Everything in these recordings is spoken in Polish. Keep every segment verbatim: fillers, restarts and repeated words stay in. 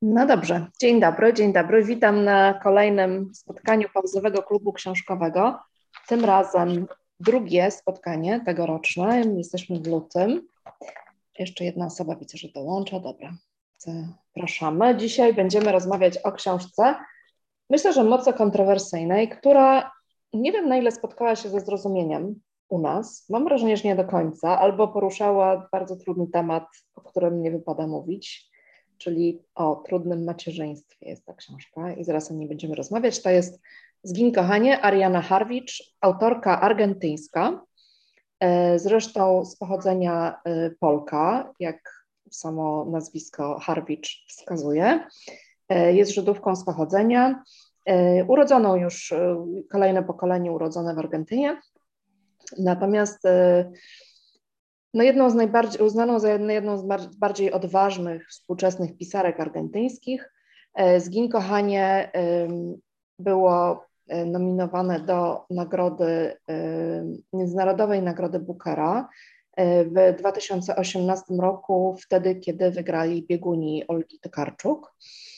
No dobrze, dzień dobry, dzień dobry. Witam na kolejnym spotkaniu pauzowego klubu książkowego. Tym razem drugie spotkanie tegoroczne. Jesteśmy w lutym. Jeszcze jedna osoba widzę, że dołącza. Dobra, zapraszamy. Dzisiaj będziemy rozmawiać o książce, myślę, że mocno kontrowersyjnej, która nie wiem, na ile spotkała się ze zrozumieniem u nas. Mam wrażenie, że nie do końca, albo poruszała bardzo trudny temat, o którym nie wypada mówić, czyli o trudnym macierzyństwie jest ta książka i zaraz o niej będziemy rozmawiać. To jest Zgiń kochanie, Arianna Harwicz, autorka argentyńska, zresztą z pochodzenia Polka, jak samo nazwisko Harwicz wskazuje. Jest Żydówką z pochodzenia, urodzoną już, kolejne pokolenie urodzone w Argentynie, natomiast no jedną z najbardziej, uznaną za jedną z bardziej odważnych współczesnych pisarek argentyńskich. Zgiń kochanie było nominowane do nagrody, Międzynarodowej Nagrody Bookera w dwa tysiące osiemnastym roku, wtedy, kiedy wygrali bieguni Olgi Tokarczuk.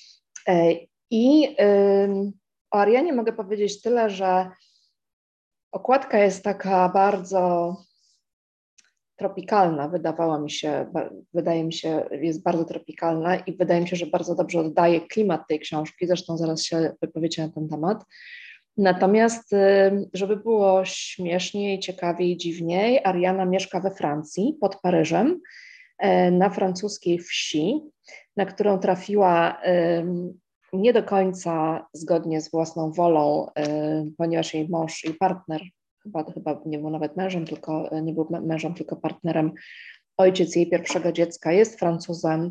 I o Arianie mogę powiedzieć tyle, że okładka jest taka bardzo tropikalna, wydawała mi się, wydaje mi się, jest bardzo tropikalna i wydaje mi się, że bardzo dobrze oddaje klimat tej książki, zresztą zaraz się wypowiecie na ten temat. Natomiast, żeby było śmieszniej, ciekawiej, dziwniej, Arianna mieszka we Francji, pod Paryżem, na francuskiej wsi, na którą trafiła nie do końca zgodnie z własną wolą, ponieważ jej mąż i partner, chyba, chyba nie był nawet mężem, tylko nie był mężem, tylko partnerem, ojciec jej pierwszego dziecka jest Francuzem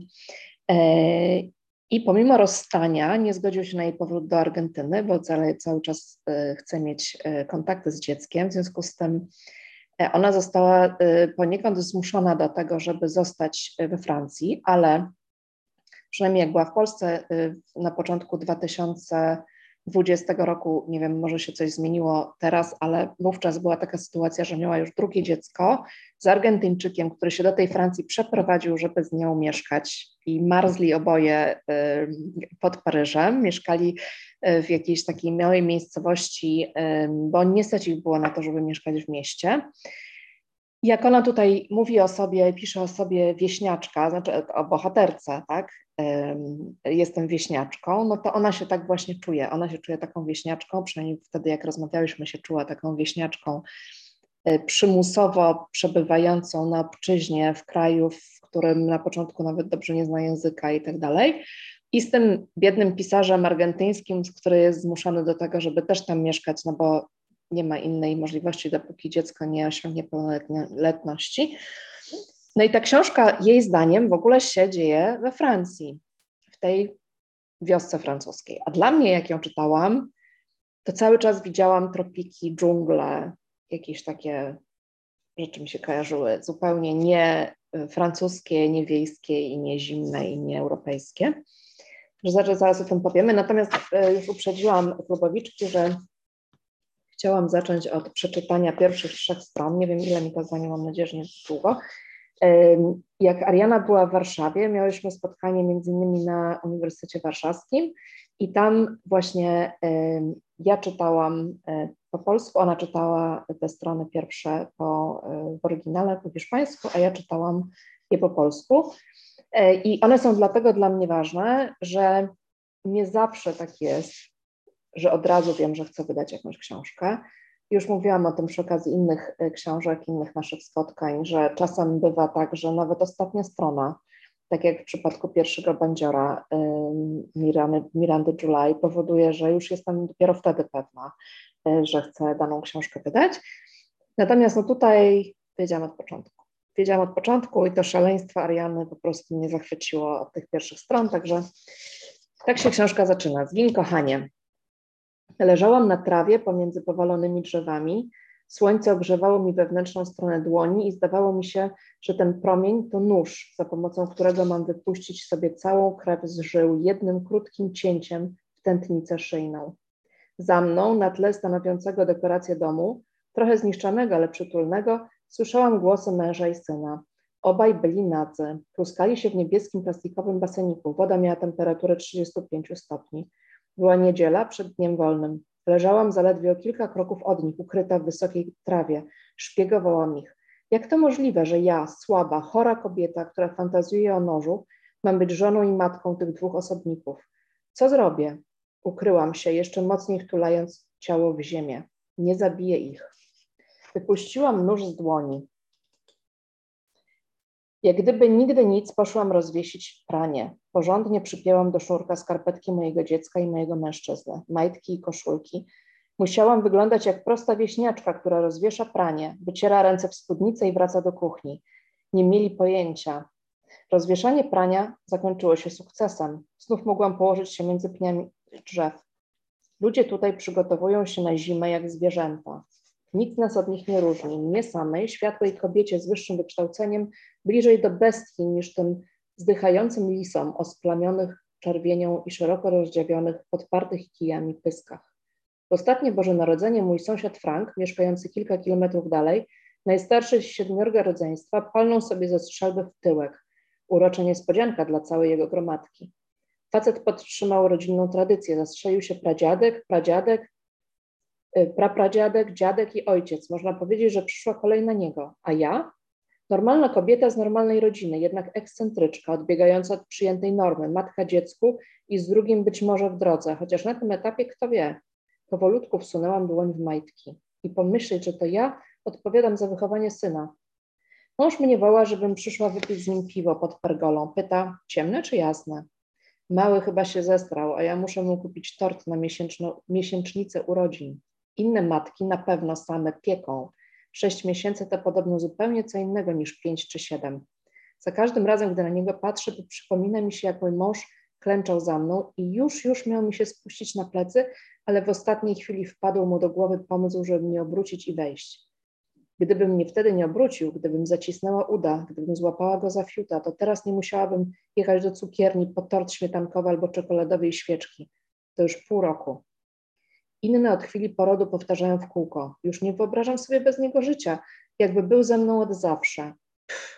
i pomimo rozstania nie zgodził się na jej powrót do Argentyny, bo cały, cały czas chce mieć kontakty z dzieckiem, w związku z tym ona została poniekąd zmuszona do tego, żeby zostać we Francji, ale przynajmniej jak była w Polsce na początku dwa tysiące dwudziestego roku, nie wiem, może się coś zmieniło teraz, ale wówczas była taka sytuacja, że miała już drugie dziecko z Argentyńczykiem, który się do tej Francji przeprowadził, żeby z nią mieszkać i marzli oboje pod Paryżem, mieszkali w jakiejś takiej małej miejscowości, bo nie stać ich było na to, żeby mieszkać w mieście. Jak ona tutaj mówi o sobie, pisze o sobie wieśniaczka, znaczy o bohaterce, tak, jestem wieśniaczką, no to ona się tak właśnie czuje, ona się czuje taką wieśniaczką, przynajmniej wtedy jak rozmawialiśmy się czuła taką wieśniaczką przymusowo przebywającą na obczyźnie w kraju, w którym na początku nawet dobrze nie zna języka i tak dalej. I z tym biednym pisarzem argentyńskim, który jest zmuszony do tego, żeby też tam mieszkać, no bo nie ma innej możliwości, dopóki dziecko nie osiągnie pełnoletności. No i ta książka, jej zdaniem, w ogóle się dzieje we Francji, w tej wiosce francuskiej. A dla mnie, jak ją czytałam, to cały czas widziałam tropiki, dżungle, jakieś takie rzeczy mi się kojarzyły, zupełnie nie francuskie, nie wiejskie i nie zimne i nie europejskie. Zaraz, zaraz o tym powiemy. Natomiast już uprzedziłam klubowiczki, że chciałam zacząć od przeczytania pierwszych trzech stron. Nie wiem, ile mi to zajmie, mam nadzieję, że nie długo. Jak Arianna była w Warszawie, miałyśmy spotkanie między innymi na Uniwersytecie Warszawskim i tam właśnie ja czytałam po polsku, ona czytała te strony pierwsze po, w oryginale po hiszpańsku, a ja czytałam je po polsku. I one są dlatego dla mnie ważne, że nie zawsze tak jest, że od razu wiem, że chcę wydać jakąś książkę. Już mówiłam o tym przy okazji innych książek, innych naszych spotkań, że czasem bywa tak, że nawet ostatnia strona, tak jak w przypadku pierwszego Bandziora Mirandy, Mirandy July, powoduje, że już jestem dopiero wtedy pewna, że chcę daną książkę wydać. Natomiast no tutaj wiedziałam od początku. Wiedziałam od początku i to szaleństwo Arianny po prostu mnie zachwyciło od tych pierwszych stron, także tak się książka zaczyna. Zgiń kochanie. Leżałam na trawie pomiędzy powalonymi drzewami, słońce ogrzewało mi wewnętrzną stronę dłoni i zdawało mi się, że ten promień to nóż, za pomocą którego mam wypuścić sobie całą krew z żył jednym krótkim cięciem w tętnicę szyjną. Za mną, na tle stanowiącego dekorację domu, trochę zniszczonego, ale przytulnego, słyszałam głosy męża i syna. Obaj byli nadzy. Pluskali się w niebieskim plastikowym baseniku. Woda miała temperaturę trzydzieści pięć stopni. Była niedziela przed dniem wolnym. Leżałam zaledwie o kilka kroków od nich, ukryta w wysokiej trawie. Szpiegowałam ich. Jak to możliwe, że ja, słaba, chora kobieta, która fantazjuje o nożu, mam być żoną i matką tych dwóch osobników? Co zrobię? Ukryłam się, jeszcze mocniej wtulając ciało w ziemię. Nie zabiję ich. Wypuściłam nóż z dłoni. Jak gdyby nigdy nic, poszłam rozwiesić pranie. Porządnie przypięłam do sznurka skarpetki mojego dziecka i mojego mężczyzny, majtki i koszulki. Musiałam wyglądać jak prosta wieśniaczka, która rozwiesza pranie, wyciera ręce w spódnicę i wraca do kuchni. Nie mieli pojęcia. Rozwieszanie prania zakończyło się sukcesem. Znów mogłam położyć się między pniami drzew. Ludzie tutaj przygotowują się na zimę jak zwierzęta. Nic nas od nich nie różni. Mnie samej, światłej kobiecie z wyższym wykształceniem, bliżej do bestii niż tym zdychającym lisom o splamionych czerwienią i szeroko rozdziawionych, podpartych kijami pyskach. W ostatnie Boże Narodzenie mój sąsiad Frank, mieszkający kilka kilometrów dalej, najstarszy z siedmiorga rodzeństwa, palnął sobie ze strzelby w tyłek. Urocza niespodzianka dla całej jego gromadki. Facet podtrzymał rodzinną tradycję. Zastrzelił się pradziadek, pradziadek, prapradziadek, dziadek i ojciec. Można powiedzieć, że przyszła kolej na niego. A ja? Normalna kobieta z normalnej rodziny, jednak ekscentryczka, odbiegająca od przyjętej normy, matka dziecku i z drugim być może w drodze, chociaż na tym etapie kto wie. Powolutku wsunęłam dłoń w majtki i pomyśleć, że to ja odpowiadam za wychowanie syna. Mąż mnie woła, żebym przyszła wypić z nim piwo pod pergolą. Pyta, ciemne czy jasne? Mały chyba się zestrał, a ja muszę mu kupić tort na miesięcznicę urodzin. Inne matki na pewno same pieką. Sześć miesięcy to podobno zupełnie co innego niż pięć czy siedem. Za każdym razem, gdy na niego patrzę, to przypomina mi się, jak mój mąż klęczał za mną i już, już miał mi się spuścić na plecy, ale w ostatniej chwili wpadł mu do głowy pomysł, żeby mnie obrócić i wejść. Gdybym mnie wtedy nie obrócił, gdybym zacisnęła uda, gdybym złapała go za fiuta, to teraz nie musiałabym jechać do cukierni po tort śmietankowy albo czekoladowej świeczki. To już pół roku. Inne od chwili porodu powtarzają w kółko. Już nie wyobrażam sobie bez niego życia, jakby był ze mną od zawsze. Pff.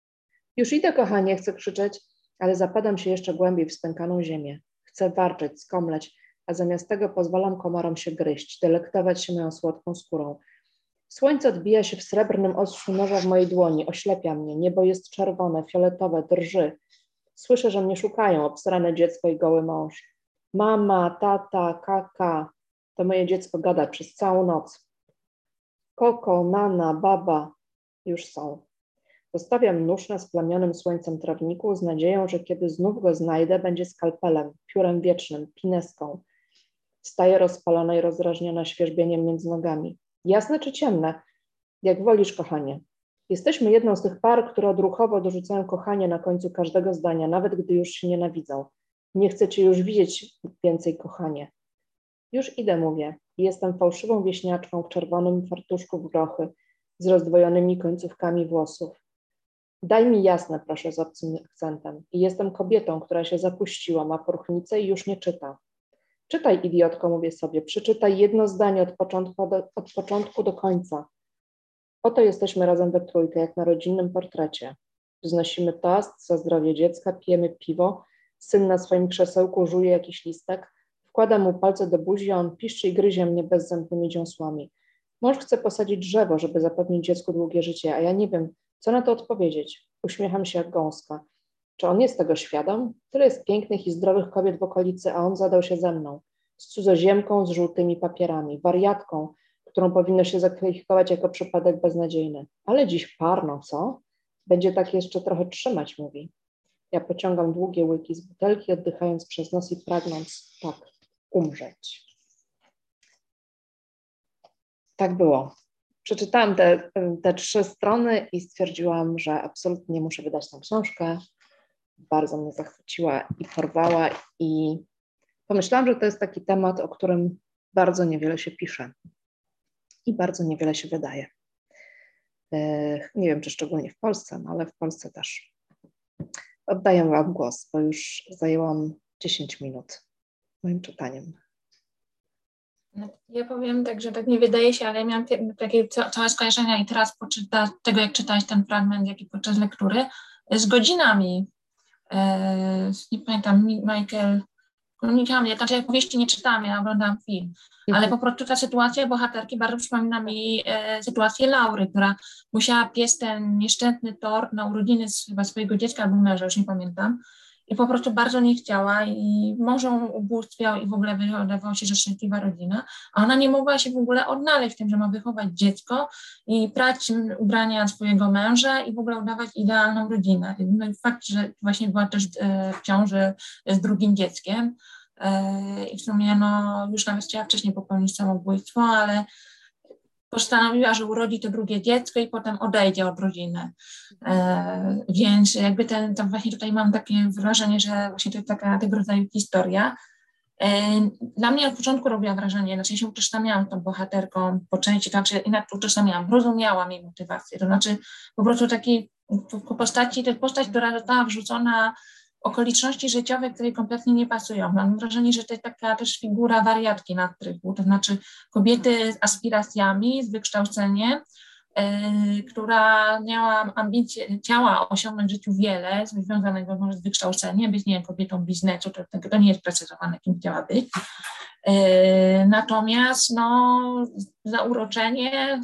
Już idę, kochanie, chcę krzyczeć, ale zapadam się jeszcze głębiej w spękaną ziemię. Chcę warczeć, skomleć, a zamiast tego pozwalam komarom się gryźć, delektować się moją słodką skórą. Słońce odbija się w srebrnym ostrzu noża w mojej dłoni, oślepia mnie, niebo jest czerwone, fioletowe, drży. Słyszę, że mnie szukają, obsrane dziecko i goły mąż. Mama, tata, kaka. To moje dziecko gada przez całą noc. Koko, nana, baba już są. Zostawiam nóż na splamionym słońcem trawniku z nadzieją, że kiedy znów go znajdę, będzie skalpelem, piórem wiecznym, pineską. Staję rozpalona i rozdrażniona świerzbieniem między nogami. Jasne czy ciemne? Jak wolisz, kochanie. Jesteśmy jedną z tych par, które odruchowo dorzucają kochanie na końcu każdego zdania, nawet gdy już się nienawidzą. Nie chcę cię już widzieć więcej, kochanie. Już idę, mówię. Jestem fałszywą wieśniaczką w czerwonym fartuszku w grochy, z rozdwojonymi końcówkami włosów. Daj mi jasne, proszę, z obcym akcentem. I jestem kobietą, która się zapuściła, ma próchnicę i już nie czyta. Czytaj, idiotko, mówię sobie, przeczytaj jedno zdanie od początku do, od początku do końca. Oto jesteśmy razem we trójkę, jak na rodzinnym portrecie. Wznosimy toast za zdrowie dziecka, pijemy piwo, syn na swoim krzesełku żuje jakiś listek, wkładam mu palce do buzi, a on piszczy i gryzie mnie bezzębnymi dziąsłami. Mąż chce posadzić drzewo, żeby zapewnić dziecku długie życie, a ja nie wiem, co na to odpowiedzieć. Uśmiecham się jak gąska. Czy on jest tego świadom? Tyle jest pięknych i zdrowych kobiet w okolicy, a on zadał się ze mną. Z cudzoziemką z żółtymi papierami, wariatką, którą powinno się zakwalifikować jako przypadek beznadziejny. Ale dziś parno, co? Będzie tak jeszcze trochę trzymać, mówi. Ja pociągam długie łyki z butelki, oddychając przez nos i pragnąc tak umrzeć. Tak było. Przeczytałam te, te trzy strony i stwierdziłam, że absolutnie muszę wydać tę książkę. Bardzo mnie zachwyciła i porwała i pomyślałam, że to jest taki temat, o którym bardzo niewiele się pisze i bardzo niewiele się wydaje. Nie wiem, czy szczególnie w Polsce, no ale w Polsce też. Oddaję wam głos, bo już zajęłam dziesięć minut moim czytaniem. Ja powiem tak, że tak nie wydaje się, ale ja miałam takie całe skojarzenia i teraz poczyta tego, jak czytałeś ten fragment, jak i podczas lektury, z godzinami. E, nie pamiętam, Michael, no nie chciałam, ja znaczy ja powieści nie czytałam, ja oglądałam film, ale po prostu ta sytuacja bohaterki bardzo przypomina mi e, sytuację Laury, która musiała piec ten nieszczęsny tort na urodziny z, chyba swojego dziecka albo męża, już nie pamiętam, i po prostu bardzo nie chciała i mąż ją ubóstwiał i w ogóle wydawało się, że szczęśliwa rodzina, a ona nie mogła się w ogóle odnaleźć w tym, że ma wychować dziecko i prać ubrania swojego męża i w ogóle udawać idealną rodzinę. No i fakt, że właśnie była też e, w ciąży z drugim dzieckiem e, i w sumie no, już nawet chciała wcześniej popełnić samobójstwo, ale postanowiła, że urodzi to drugie dziecko i potem odejdzie od rodziny. E, więc jakby ten, tam właśnie tutaj mam takie wrażenie, że właśnie to jest taka tego rodzaju historia. E, dla mnie od początku robiła wrażenie, znaczy ja się utożsamiałam z tą bohaterką po części, to znaczy inaczej utożsamiałam, rozumiałam jej motywację, to znaczy po prostu takiej po postaci, to jest postać, która została wrzucona okoliczności życiowe, które kompletnie nie pasują. Mam wrażenie, że to jest taka też figura wariatki na strychu, to znaczy kobiety z aspiracjami, z wykształceniem, yy, która miała ambicje, chciała osiągnąć w życiu wiele, związanego może z wykształceniem, być, nie wiem, kobietą biznesu, to, to nie jest precyzowane, kim chciała być. Yy, natomiast no, zauroczenie,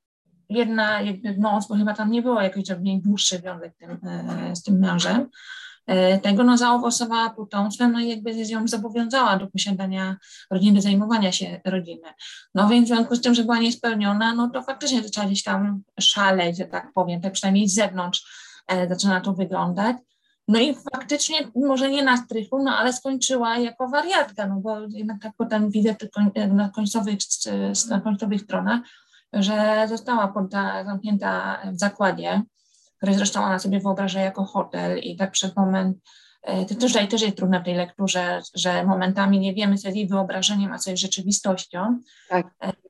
jedna jakby mąż, bo chyba tam nie było jakiś dłuższy związek tym, yy, z tym mężem, tego no, zaowocowała potomstwem, no i jakby ją zobowiązała do posiadania rodziny, zajmowania się rodziny. No więc w związku z tym, że była niespełniona, no to faktycznie zaczęła gdzieś tam szaleć, że tak powiem, tak przynajmniej z zewnątrz e, zaczyna to wyglądać. No i faktycznie, może nie na strychu, no ale skończyła jako wariatka, no bo jednak tak potem widzę tylko na końcowych, na końcowych stronach, że została podda, zamknięta w zakładzie, który zresztą ona sobie wyobraża jako hotel i tak przez moment, to tutaj też jest trudne w tej lekturze, że momentami nie wiemy, co jest jej wyobrażeniem, a co jest rzeczywistością, Tak.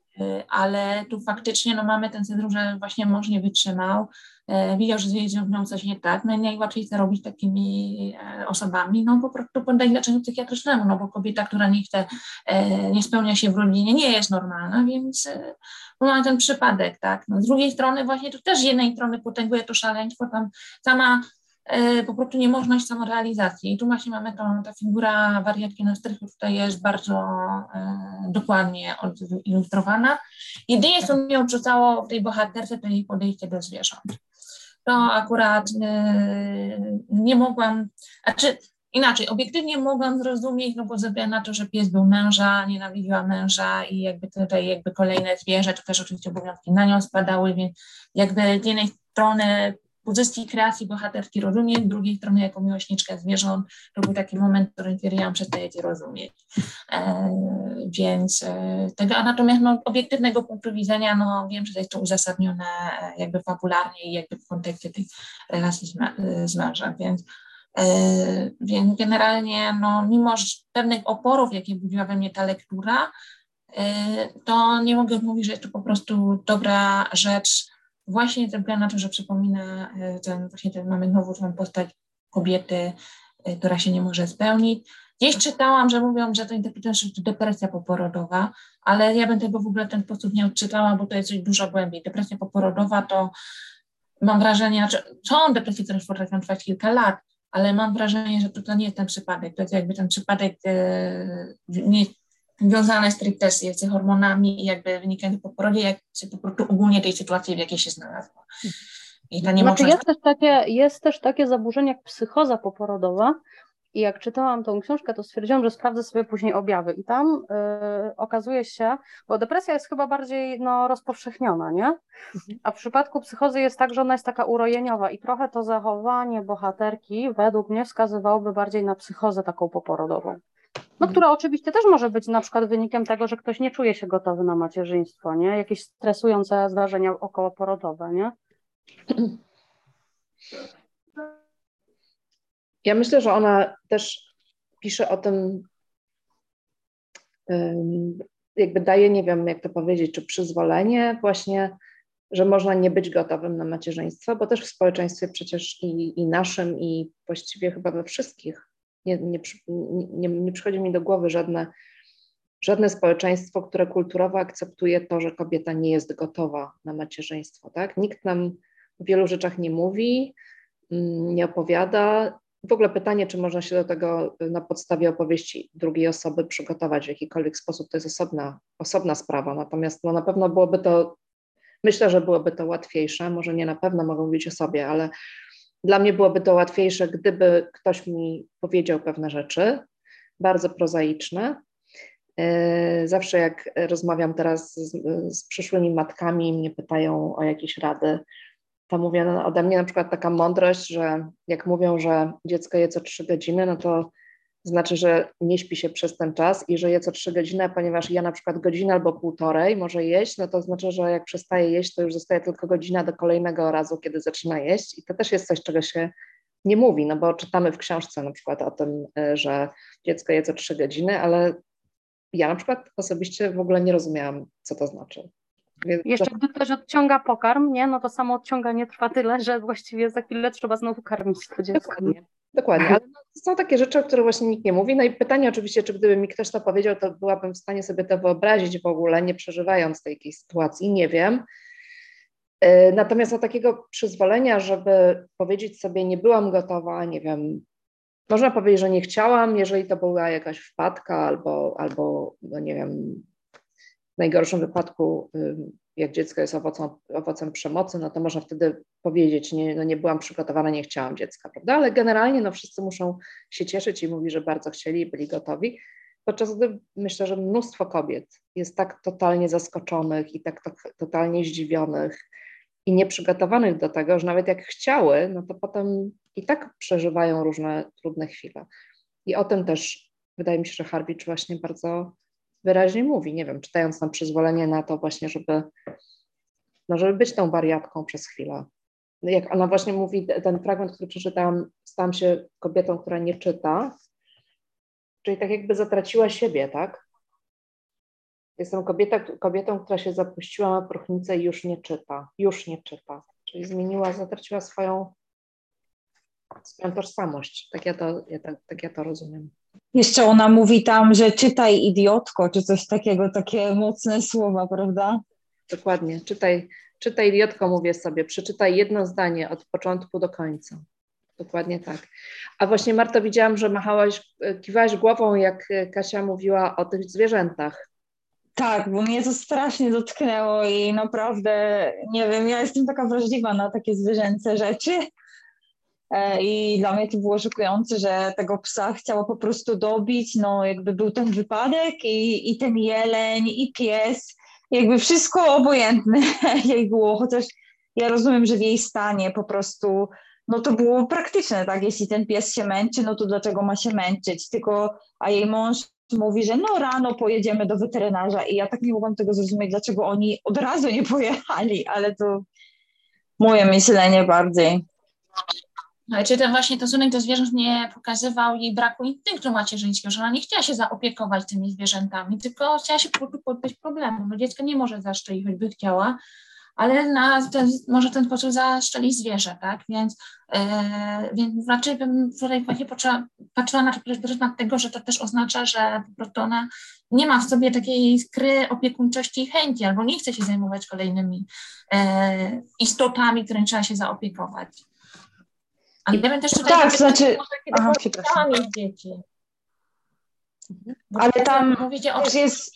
ale tu faktycznie no, mamy ten syndrom, że właśnie mąż nie wytrzymał, widział, że z nią coś nie tak, no i najłatwiej to robić takimi osobami, no po prostu poddać leczeniu psychiatrycznemu, no bo kobieta, która nie chce, nie spełnia się w rodzinie, nie jest normalna, więc no, mamy ten przypadek, tak. No, z drugiej strony właśnie to też z jednej strony potęguje to szaleństwo, tam sama po prostu niemożność samorealizacji. I tu właśnie mamy tą, ta figura wariatki na strychu tutaj jest bardzo e, dokładnie ilustrowana. Jedynie, co mnie odrzucało w tej bohaterce, to jej podejście do zwierząt. To akurat e, nie mogłam, znaczy inaczej, obiektywnie mogłam zrozumieć, no bo ze względu na to, że pies był męża, nienawidziła męża i jakby tutaj jakby kolejne zwierzę, to też oczywiście obowiązki na nią spadały, więc jakby z jednej strony pozycji kreacji bohaterki rozumiem, z drugiej strony jako miłośniczka zwierząt to był taki moment, w którym stwierdziłam, przestaję cię rozumieć. E, więc e, tego, a natomiast no, obiektywnego punktu widzenia, no wiem, że jest to uzasadnione jakby fabularnie i jakby w kontekście tej relacji z, z mężem, więc e, więc generalnie no, mimo pewnych oporów, jakie budziła we mnie ta lektura, e, to nie mogę mówić, że jest to po prostu dobra rzecz, właśnie ze względu na to, że przypomina ten, właśnie ten, mamy znowu tą postać kobiety, która się nie może spełnić. Gdzieś czytałam, że mówią, że to interpretują, że to depresja poporodowa, ale ja bym tego w ogóle w ten sposób nie odczytała, bo to jest coś dużo głębiej. Depresja poporodowa to mam wrażenie, że są depresje, które potrafią trwać kilka lat, ale mam wrażenie, że to, to nie jest ten przypadek. To jest jakby ten przypadek e, nie wiązane stricte z, z hormonami i jakby wynikające po porodzie, jak po prostu ogólnie tej sytuacji, w jakiej się znalazła. I ta znaczy jest też, takie, jest też takie zaburzenie jak psychoza poporodowa i jak czytałam tą książkę, to stwierdziłam, że sprawdzę sobie później objawy i tam y, okazuje się, bo depresja jest chyba bardziej no, rozpowszechniona, nie? A w przypadku psychozy jest tak, że ona jest taka urojeniowa i trochę to zachowanie bohaterki według mnie wskazywałoby bardziej na psychozę taką poporodową. No, która oczywiście też może być na przykład wynikiem tego, że ktoś nie czuje się gotowy na macierzyństwo, nie? Jakieś stresujące zdarzenia okołoporodowe, nie? Ja myślę, że ona też pisze o tym, jakby daje, nie wiem jak to powiedzieć, czy przyzwolenie właśnie, że można nie być gotowym na macierzyństwo, bo też w społeczeństwie przecież i, i naszym, i właściwie chyba we wszystkich nie, nie, nie, nie przychodzi mi do głowy żadne żadne społeczeństwo, które kulturowo akceptuje to, że kobieta nie jest gotowa na macierzyństwo, tak? Nikt nam o wielu rzeczach nie mówi, nie opowiada. W ogóle pytanie, czy można się do tego na podstawie opowieści drugiej osoby przygotować w jakikolwiek sposób, to jest osobna, osobna sprawa. Natomiast no, na pewno byłoby to, myślę, że byłoby to łatwiejsze, może nie na pewno mogę mówić o sobie, ale dla mnie byłoby to łatwiejsze, gdyby ktoś mi powiedział pewne rzeczy, bardzo prozaiczne. Zawsze jak rozmawiam teraz z, z przyszłymi matkami i mnie pytają o jakieś rady, to mówię no, ode mnie na przykład taka mądrość, że jak mówią, że dziecko je co trzy godziny, no to znaczy, że nie śpi się przez ten czas i że je co trzy godziny, ponieważ ja na przykład godzinę albo półtorej może jeść, no to znaczy, że jak przestaje jeść, to już zostaje tylko godzina do kolejnego razu, kiedy zaczyna jeść i to też jest coś, czego się nie mówi, no bo czytamy w książce na przykład o tym, że dziecko je co trzy godziny, ale ja na przykład osobiście w ogóle nie rozumiałam, co to znaczy. Więc Jeszcze gdy ktoś odciąga pokarm, nie, no to samo odciąganie trwa tyle, że właściwie za chwilę trzeba znowu karmić to dziecko. Dokładnie, dokładnie, ale no, to są takie rzeczy, o których właśnie nikt nie mówi. No i pytanie oczywiście, czy gdyby mi ktoś to powiedział, to byłabym w stanie sobie to wyobrazić w ogóle, nie przeżywając tej jakiejś sytuacji, nie wiem. Natomiast o takiego przyzwolenia, żeby powiedzieć sobie, nie byłam gotowa, nie wiem, można powiedzieć, że nie chciałam, jeżeli to była jakaś wpadka albo, albo no nie wiem, w najgorszym wypadku, jak dziecko jest owocem, owocem przemocy, no to można wtedy powiedzieć, nie, no nie byłam przygotowana, nie chciałam dziecka, prawda? Ale generalnie no wszyscy muszą się cieszyć i mówić, że bardzo chcieli i byli gotowi. Podczas gdy myślę, że mnóstwo kobiet jest tak totalnie zaskoczonych i tak to, totalnie zdziwionych i nieprzygotowanych do tego, że nawet jak chciały, no to potem i tak przeżywają różne trudne chwile. I o tym też wydaje mi się, że Harbicz właśnie bardzo wyraźnie mówi, nie wiem, czytając nam przyzwolenie na to właśnie, żeby, no żeby być tą wariatką przez chwilę. Jak ona właśnie mówi, ten fragment, który przeczytałam, stałam się kobietą, która nie czyta, czyli tak jakby zatraciła siebie, tak? Jestem kobieta, kobietą, która się zapuściła na próchnicę i już nie czyta, już nie czyta. Czyli zmieniła, zatraciła swoją, swoją tożsamość. Tak ja to, ja, tak, tak ja to rozumiem. Jeszcze ona mówi tam, że czytaj idiotko, czy coś takiego, takie mocne słowa, prawda? Dokładnie, czytaj, czytaj idiotko, mówię sobie, przeczytaj jedno zdanie od początku do końca. Dokładnie tak. A właśnie Marto, widziałam, że machałaś, kiwałaś głową, jak Kasia mówiła o tych zwierzętach. Tak, bo mnie to strasznie dotknęło i naprawdę, nie wiem, ja jestem taka wrażliwa na takie zwierzęce rzeczy i dla mnie to było szokujące, że tego psa chciała po prostu dobić, no jakby był ten wypadek i, i ten jeleń i pies, jakby wszystko obojętne jej było, chociaż ja rozumiem, że w jej stanie po prostu, no to było praktyczne, tak, jeśli ten pies się męczy, no to dlaczego ma się męczyć, tylko, a jej mąż mówi, że no rano pojedziemy do weterynarza i ja tak nie mogłam tego zrozumieć, dlaczego oni od razu nie pojechali, ale to moje myślenie bardziej. No i czy ten właśnie stosunek do zwierząt nie pokazywał jej braku instynktu macierzyńskiego, że ona nie chciała się zaopiekować tymi zwierzętami, tylko chciała się po prostu pozbyć problemu. No dziecko nie może zaszczelić, choćby chciała, ale na ten, może ten sposób zaszczelić zwierzę, tak? Więc, yy, więc raczej bym tutaj właśnie patrzyła, patrzyła na pryzmat tego, że to też oznacza, że po prostu ona nie ma w sobie takiej iskry opiekuńczości i chęci, albo nie chce się zajmować kolejnymi yy, istotami, którymi trzeba się zaopiekować. Ale ja bym też tutaj tak, znaczy, aha, chciała mieć dzieci. Bo ale tam mówicie o też jest...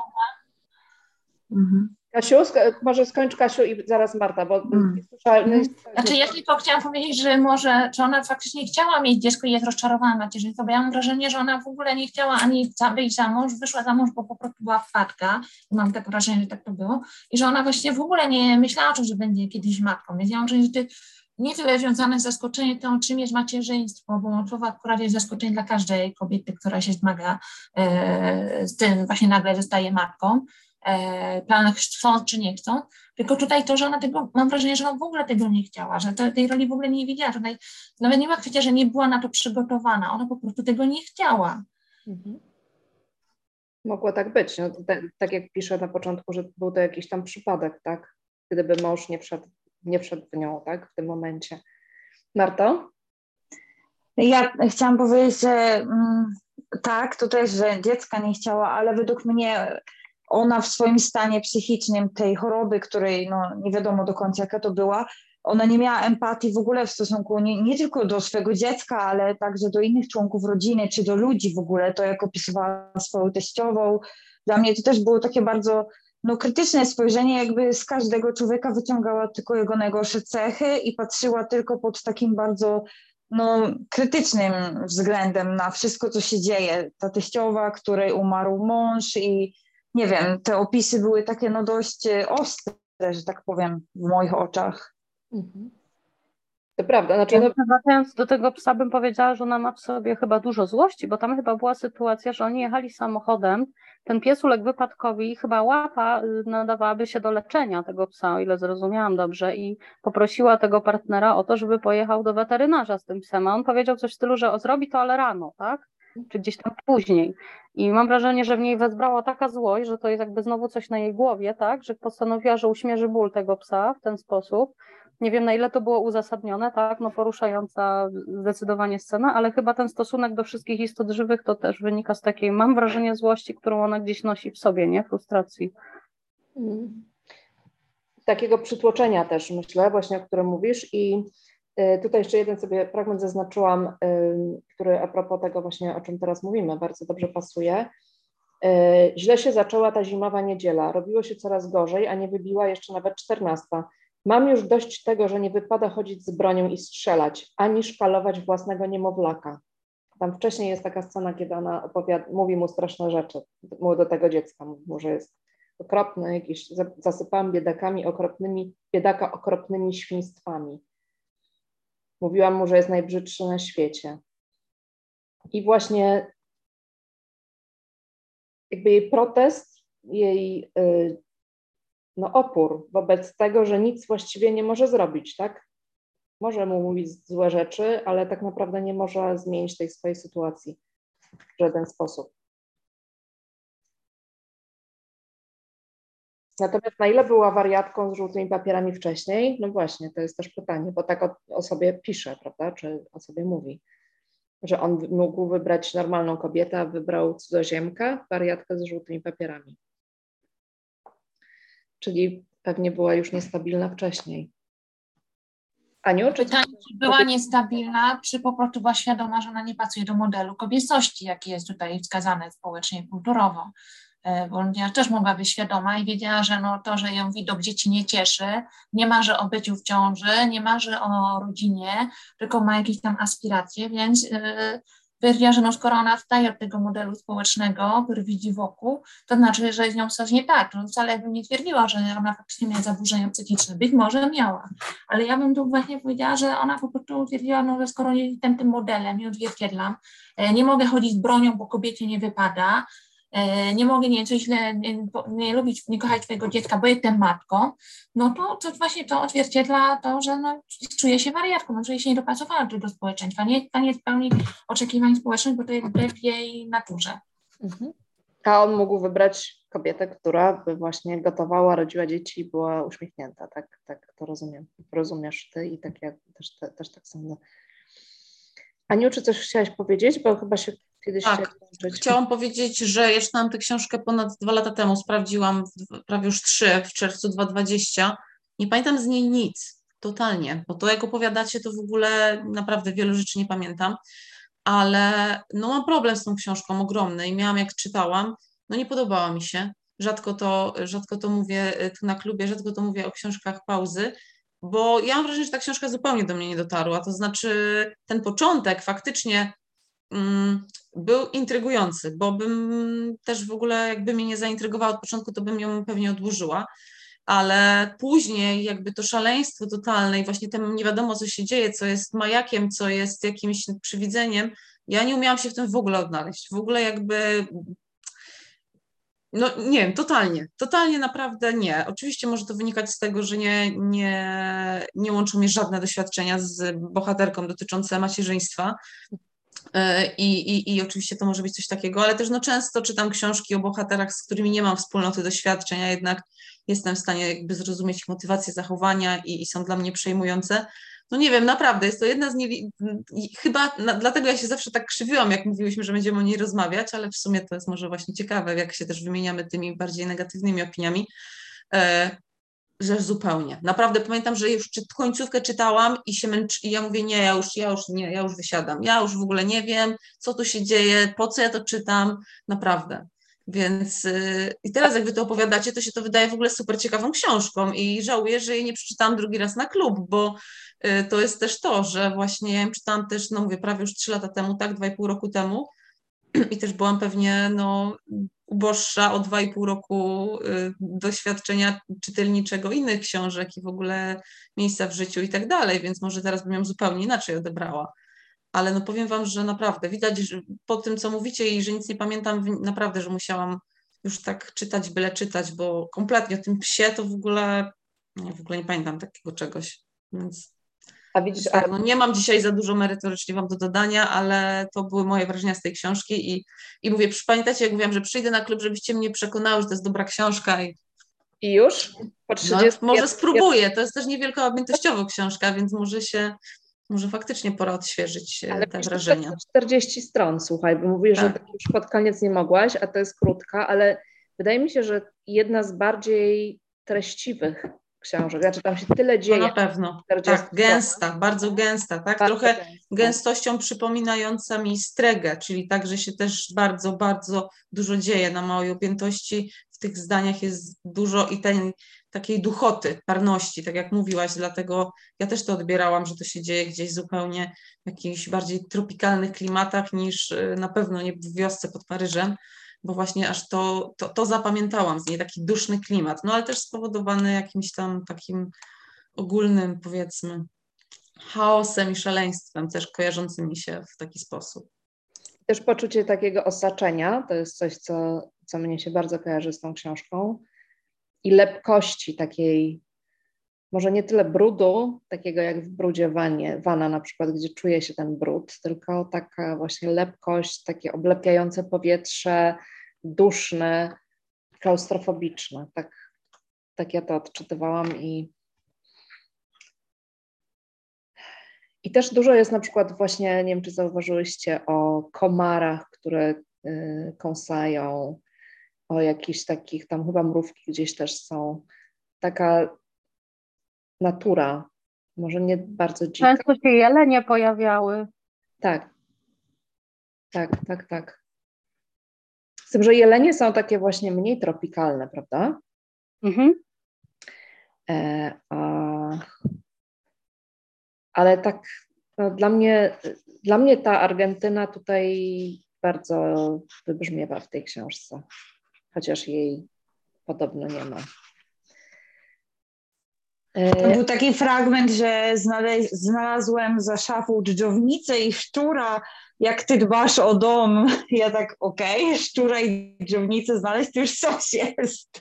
Mhm. Kasiu, sk- może skończ Kasiu i zaraz Marta, bo mm. nie słyszałem. Mm. Znaczy ja tylko chciałam powiedzieć, że może, czy ona faktycznie chciała mieć dziecko i jest rozczarowana macierzyństwem, bo ja mam wrażenie, że ona w ogóle nie chciała ani wyjść za mąż, wyszła za mąż, bo po prostu była wpadka i mam takie wrażenie, że tak to było i że ona właściwie w ogóle nie myślała o tym, że będzie kiedyś matką, więc ja mam wrażenie, że ty nie tyle związane z zaskoczeniem tym, czym jest macierzyństwo, bo to akurat jest zaskoczenie dla każdej kobiety, która się zmaga e, z tym, właśnie nagle zostaje matką, e, chcą czy nie chcą, tylko tutaj to, że ona tego, mam wrażenie, że ona w ogóle tego nie chciała, że to, tej roli w ogóle nie widziała, tutaj nawet nie ma kwestia, że nie była na to przygotowana, ona po prostu tego nie chciała. Mhm. Mogło tak być, no, te, tak jak piszę na początku, że był to jakiś tam przypadek, tak, gdyby mąż nie wszedł nie wszedł w nią, tak, w tym momencie. Marto? Ja chciałam powiedzieć, że mm, tak, to też, że dziecka nie chciała, ale według mnie ona w swoim stanie psychicznym tej choroby, której no, nie wiadomo do końca jaka to była, ona nie miała empatii w ogóle w stosunku nie, nie tylko do swojego dziecka, ale także do innych członków rodziny, czy do ludzi w ogóle, to jak opisywała swoją teściową. Dla mnie to też było takie bardzo no, krytyczne spojrzenie, jakby z każdego człowieka wyciągała tylko jego najgorsze cechy i patrzyła tylko pod takim bardzo no, krytycznym względem na wszystko, co się dzieje. Ta teściowa, której umarł mąż i nie wiem, te opisy były takie no dość ostre, że tak powiem, w moich oczach. Mhm. To prawda. Znaczy, no... Wracając do tego psa, bym powiedziała, że ona ma w sobie chyba dużo złości, bo tam chyba była sytuacja, że oni jechali samochodem, ten pies uległ wypadkowi i chyba łapa nadawałaby się do leczenia tego psa, o ile zrozumiałam dobrze, i poprosiła tego partnera o to, żeby pojechał do weterynarza z tym psem, a on powiedział coś w stylu, że o, zrobi to, ale rano, tak? Czy gdzieś tam później. I mam wrażenie, że w niej wezbrała taka złość, że to jest jakby znowu coś na jej głowie, tak? Że postanowiła, że uśmierzy ból tego psa w ten sposób. Nie wiem, na ile to było uzasadnione, tak? No poruszająca zdecydowanie scena, ale chyba ten stosunek do wszystkich istot żywych to też wynika z takiej, mam wrażenie, złości, którą ona gdzieś nosi w sobie, nie? Frustracji. Hmm. Takiego przytłoczenia też, myślę, właśnie o którym mówisz. I tutaj jeszcze jeden sobie fragment zaznaczyłam, który a propos tego właśnie, o czym teraz mówimy, bardzo dobrze pasuje. Źle się zaczęła ta zimowa niedziela, robiło się coraz gorzej, a nie wybiła jeszcze nawet czternasta. Mam już dość tego, że nie wypada chodzić z bronią i strzelać, ani szkalować własnego niemowlaka. Tam wcześniej jest taka scena, kiedy ona opowiada, mówi mu straszne rzeczy, mówi do tego dziecka, mówi mu, że jest okropny, jakiś, zasypałam biedakami okropnymi, biedaka okropnymi świństwami. Mówiłam mu, że jest najbrzydszy na świecie. I właśnie jakby jej protest, jej y, no, opór wobec tego, że nic właściwie nie może zrobić, tak? Może mu mówić złe rzeczy, ale tak naprawdę nie może zmienić tej swojej sytuacji w żaden sposób. Natomiast na ile była wariatką z żółtymi papierami wcześniej? No właśnie, to jest też pytanie, bo tak o, o sobie pisze, prawda? Czy o sobie mówi, że on mógł wybrać normalną kobietę, a wybrał cudzoziemkę, wariatkę z żółtymi papierami. Czyli pewnie była już niestabilna wcześniej. Aniu, czy... Pytanie, czy była niestabilna, czy po prostu była świadoma, że ona nie pasuje do modelu kobiecości, jaki jest tutaj wskazany społecznie i kulturowo. Bo ja też mogła być świadoma i wiedziała, że no to, że ją widok dzieci nie cieszy, nie marzy o byciu w ciąży, nie marzy o rodzinie, tylko ma jakieś tam aspiracje, więc yy, powiedziała, że no skoro ona wstaje od tego modelu społecznego, który widzi wokół, to znaczy, że z nią coś nie tak. No wcale bym nie twierdziła, że ona faktycznie miała zaburzenia psychiczne. Być może miała, ale ja bym tu właśnie powiedziała, że ona po prostu twierdziła, no, że skoro nie jestem tym modelem, nie odzwierciedlam, nie mogę chodzić z bronią, bo kobiecie nie wypada, nie mogę nie coś źle, nie, nie lubić, nie kochać swojego dziecka, bo jestem matką, no to, to właśnie to odzwierciedla to, że no, czuję się wariatką, no, czuję się niedopasowana do tego społeczeństwa, nie, nie spełni oczekiwań społecznych, bo to jest wbrew jej naturze. Mhm. A on mógł wybrać kobietę, która by właśnie gotowała, rodziła dzieci i była uśmiechnięta, tak, tak to rozumiem. Rozumiesz ty i tak ja też, te, też tak sądzę. Aniu, czy coś chciałaś powiedzieć? Bo chyba się kiedyś tak, chciałam powiedzieć, że ja czytałam tę książkę ponad dwa lata temu, sprawdziłam w, prawie już trzy, w czerwcu dwa tysiące dwudziestym. Nie pamiętam z niej nic, totalnie, bo to jak opowiadacie, to w ogóle naprawdę wielu rzeczy nie pamiętam, ale no mam problem z tą książką ogromny i miałam jak czytałam, no nie podobała mi się, rzadko to, rzadko to mówię tu na klubie, rzadko to mówię o książkach pauzy, bo ja mam wrażenie, że ta książka zupełnie do mnie nie dotarła, to znaczy ten początek faktycznie um, był intrygujący, bo bym też w ogóle jakby mnie nie zaintrygowała od początku, to bym ją pewnie odłożyła, ale później jakby to szaleństwo totalne i właśnie tym nie wiadomo co się dzieje, co jest majakiem, co jest jakimś przywidzeniem, ja nie umiałam się w tym w ogóle odnaleźć, w ogóle jakby... No nie wiem, totalnie, totalnie naprawdę nie. Oczywiście może to wynikać z tego, że nie, nie, nie łączą mnie żadne doświadczenia z bohaterką dotyczące macierzyństwa i, i, i oczywiście to może być coś takiego, ale też no często czytam książki o bohaterach, z którymi nie mam wspólnoty doświadczeń, a jednak jestem w stanie jakby zrozumieć ich motywację zachowania i, i są dla mnie przejmujące. no nie wiem, naprawdę, jest to jedna z nie... Chyba na, dlatego ja się zawsze tak krzywiłam, jak mówiłyśmy, że będziemy o niej rozmawiać, ale w sumie to jest może właśnie ciekawe, jak się też wymieniamy tymi bardziej negatywnymi opiniami, e, że zupełnie. Naprawdę pamiętam, że już czy, końcówkę czytałam i się męczy, i ja mówię, nie, ja już, ja już nie, ja już wysiadam, ja już w ogóle nie wiem, co tu się dzieje, po co ja to czytam, naprawdę. Więc yy, i teraz jak wy to opowiadacie, to się to wydaje w ogóle super ciekawą książką i żałuję, że jej nie przeczytałam drugi raz na klub, bo yy, to jest też to, że właśnie ja ją czytałam też, no mówię, prawie już trzy lata temu, tak, dwa i pół roku temu i też byłam pewnie, no, uboższa o dwa i pół roku y, doświadczenia czytelniczego innych książek i w ogóle miejsca w życiu i tak dalej, więc może teraz bym ją zupełnie inaczej odebrała. Ale no powiem wam, że naprawdę widać że po tym, co mówicie i że nic nie pamiętam, naprawdę, że musiałam już tak czytać, byle czytać, bo kompletnie o tym psie to w ogóle, nie, w ogóle nie pamiętam takiego czegoś, więc... A widzisz, tak, a... no nie mam dzisiaj za dużo merytorycznie wam do dodania, ale to były moje wrażenia z tej książki i, i mówię, pamiętacie, jak mówiłam, że przyjdę na klub, żebyście mnie przekonały, że to jest dobra książka i I już? Po trzydziestu no, może spróbuję, to jest też niewielkoobjętościowa książka, więc może się, może faktycznie pora odświeżyć Ale te piszesz wrażenia. tak czterdzieści stron, słuchaj, bo mówisz, Tak. że tak już pod koniec nie mogłaś, a to jest krótka, ale wydaje mi się, że jedna z bardziej treściwych książek, znaczy tam się tyle dzieje. No na pewno, tak, gęsta, bardzo gęsta, tak, bardzo trochę gęsta. gęstością przypominająca mi Stregę, czyli tak, że się też bardzo, bardzo dużo dzieje na małej objętości, w tych zdaniach jest dużo i tej takiej duchoty, parności, tak jak mówiłaś, dlatego ja też to odbierałam, że to się dzieje gdzieś zupełnie w jakichś bardziej tropikalnych klimatach niż na pewno nie w wiosce pod Paryżem, bo właśnie aż to, to, to zapamiętałam z niej, taki duszny klimat, no ale też spowodowany jakimś tam takim ogólnym, powiedzmy, chaosem i szaleństwem, też kojarzącym mi się w taki sposób. Też poczucie takiego osaczenia, to jest coś, co, co mnie się bardzo kojarzy z tą książką, i lepkości takiej, może nie tyle brudu, takiego jak w brudzie wanie, wana na przykład, gdzie czuje się ten brud, tylko taka właśnie lepkość, takie oblepiające powietrze, duszne, klaustrofobiczne. Tak, tak ja to odczytywałam i I też dużo jest na przykład właśnie, nie wiem, czy zauważyłyście, o komarach, które y, kąsają, o jakichś takich, tam chyba mrówki gdzieś też są. Taka natura, może nie bardzo dzika. Często się jelenie pojawiały. Tak, tak, tak, tak. Z tym, że jelenie są takie właśnie mniej tropikalne, prawda? Mhm. E, a, ale tak, no, dla mnie, dla mnie ta Argentyna tutaj bardzo wybrzmiewa w tej książce, chociaż jej podobno nie ma. To był taki fragment, że znale- znalazłem za szafą dżdżownicę i szczura, jak ty dbasz o dom. Ja tak, okej, okay, szczura i dżdżownicę znaleźć, to już coś jest.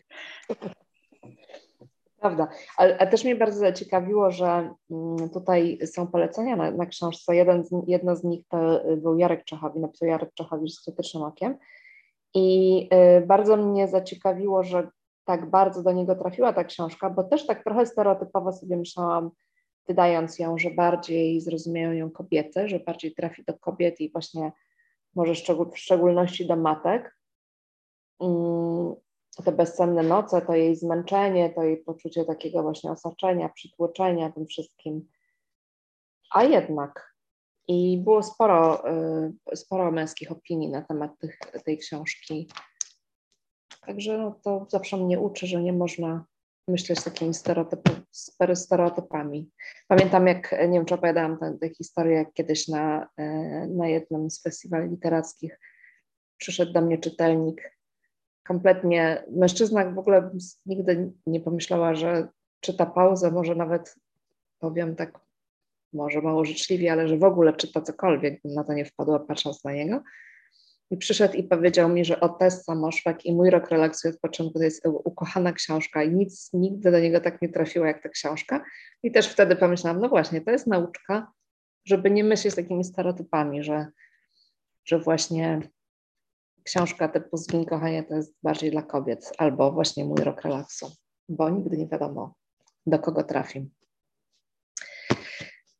Prawda, ale, ale też mnie bardzo zaciekawiło, że tutaj są polecenia na, na książce. Jeden z, jedno z nich to był Jarek Czechowicz, napisał Jarek Czechowicz z Krytycznym Okiem i y, bardzo mnie zaciekawiło, że tak bardzo do niego trafiła ta książka, bo też tak trochę stereotypowo sobie myślałam, wydając ją, że bardziej zrozumieją ją kobiety, że bardziej trafi do kobiet i właśnie może szczegól- w szczególności do matek. Mm, te bezsenne noce, to jej zmęczenie, to jej poczucie takiego właśnie osaczenia, przytłoczenia tym wszystkim. A jednak i było sporo, y, sporo męskich opinii na temat tych, tej książki. Także no, to zawsze mnie uczy, że nie można myśleć takimi stereotypy, stereotypami. Pamiętam, jak, nie wiem, czy opowiadałam tę, tę historię, jak kiedyś na, na jednym z festiwali literackich przyszedł do mnie czytelnik, kompletnie, mężczyzna w ogóle nigdy nie pomyślała, że czyta pauzę, może nawet powiem tak, może mało życzliwie, ale że w ogóle czyta cokolwiek, bym na to nie wpadła patrząc na niego. I przyszedł i powiedział mi, że o Tessa Moszwak i Mój rok relaksu i odpoczynku to jest ukochana książka i nic nigdy do niego tak nie trafiło jak ta książka. I też wtedy pomyślałam, no właśnie, to jest nauczka, żeby nie myśleć takimi stereotypami, że, że właśnie książka typu Zgiń kochanie to jest bardziej dla kobiet, albo właśnie Mój rok relaksu, bo nigdy nie wiadomo, do kogo trafi.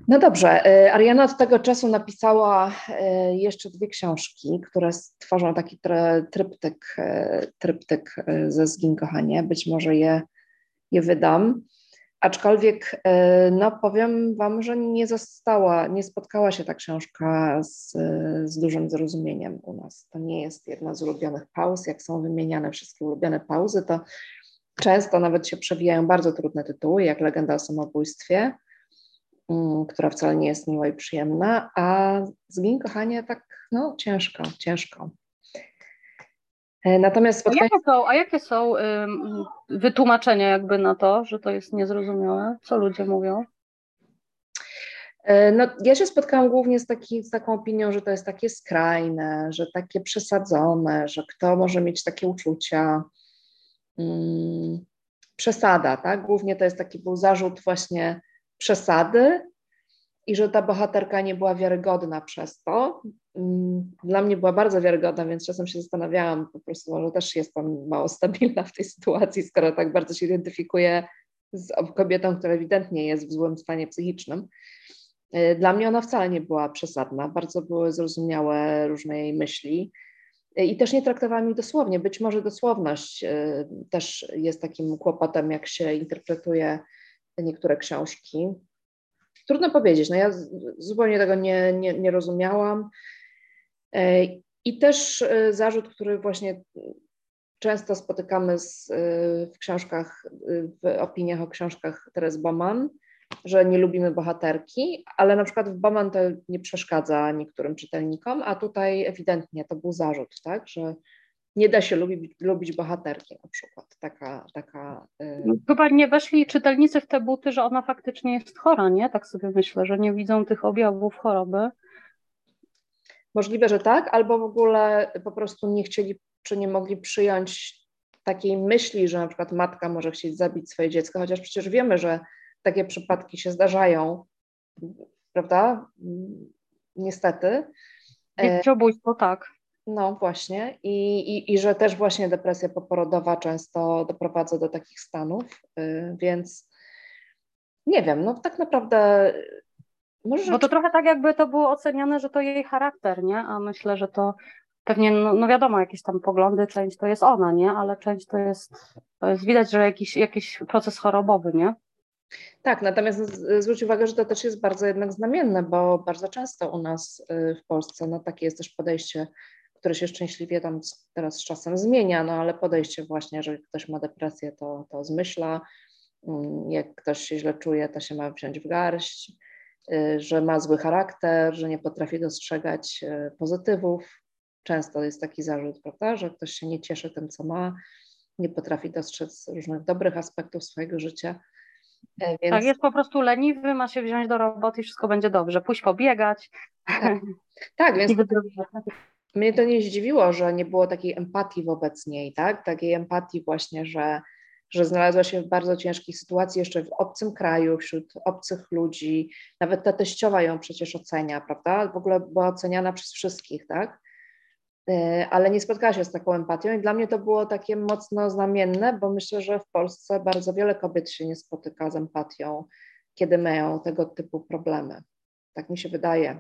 No dobrze, Ariana od tego czasu napisała jeszcze dwie książki, które stworzą taki tryptyk, tryptyk ze Zgiń kochanie. Być może je, je wydam. Aczkolwiek no powiem wam, że nie została, nie spotkała się ta książka z, z dużym zrozumieniem u nas. To nie jest jedna z ulubionych pauz. Jak są wymieniane wszystkie ulubione pauzy, to często nawet się przewijają bardzo trudne tytuły, jak Legenda o samobójstwie, która wcale nie jest miła i przyjemna, a Zgiń kochanie tak, no ciężko, ciężko. Natomiast spotkanie... A jakie są, a jakie są ym, wytłumaczenia jakby na to, że to jest niezrozumiałe? Co ludzie mówią? No, ja się spotkałam głównie z, taki, z taką opinią, że to jest takie skrajne, że takie przesadzone, że kto może mieć takie uczucia. Hmm, przesada, tak? Głównie to jest taki był zarzut właśnie przesady i że ta bohaterka nie była wiarygodna przez to. Dla mnie była bardzo wiarygodna, więc czasem się zastanawiałam po prostu, może też jestem mało stabilna w tej sytuacji, skoro tak bardzo się identyfikuję z kobietą, która ewidentnie jest w złym stanie psychicznym. Dla mnie ona wcale nie była przesadna, bardzo były zrozumiałe różne jej myśli i też nie traktowałam ich dosłownie. Być może dosłowność też jest takim kłopotem, jak się interpretuje niektóre książki. Trudno powiedzieć, no ja zupełnie tego nie, nie, nie rozumiałam. I też zarzut, który właśnie często spotykamy z, w książkach, w opiniach o książkach Teresy Bowman, że nie lubimy bohaterki, ale na przykład w Bowman to nie przeszkadza niektórym czytelnikom, a tutaj ewidentnie to był zarzut, tak, że nie da się lubić, lubić bohaterki na przykład. Taka, taka, yy... Chyba nie weszli czytelnicy w te buty, że ona faktycznie jest chora, nie? Tak sobie myślę, że nie widzą tych objawów choroby. Możliwe, że tak, albo w ogóle po prostu nie chcieli, czy nie mogli przyjąć takiej myśli, że na przykład matka może chcieć zabić swoje dziecko, chociaż przecież wiemy, że takie przypadki się zdarzają, prawda? Niestety. Dzieciobójstwo, tak. No właśnie I, i, i że też właśnie depresja poporodowa często doprowadza do takich stanów, więc nie wiem, no tak naprawdę może... Bo to trochę tak jakby to było oceniane, że to jej charakter, nie? A myślę, że to pewnie, no, no wiadomo, jakieś tam poglądy, część to jest ona, nie? Ale część to jest, to jest widać, że jakiś, jakiś proces chorobowy, nie? Tak, natomiast zwróć uwagę, że to też jest bardzo jednak znamienne, bo bardzo często u nas w Polsce, no takie jest też podejście, które się szczęśliwie tam teraz z czasem zmienia, no ale podejście właśnie, że ktoś ma depresję, to, to zmyśla, jak ktoś się źle czuje, to się ma wziąć w garść, że ma zły charakter, że nie potrafi dostrzegać pozytywów. Często jest taki zarzut, prawda, że ktoś się nie cieszy tym, co ma, nie potrafi dostrzec różnych dobrych aspektów swojego życia. Więc... Tak, jest po prostu leniwy, ma się wziąć do roboty i wszystko będzie dobrze, pójść pobiegać. Tak, tak więc to, mnie to nie zdziwiło, że nie było takiej empatii wobec niej, tak? Takiej empatii właśnie, że, że znalazła się w bardzo ciężkiej sytuacji, jeszcze w obcym kraju, wśród obcych ludzi, nawet ta teściowa ją przecież ocenia, prawda? W ogóle była oceniana przez wszystkich, tak? Ale nie spotkała się z taką empatią i dla mnie to było takie mocno znamienne, bo myślę, że w Polsce bardzo wiele kobiet się nie spotyka z empatią, kiedy mają tego typu problemy. Tak mi się wydaje,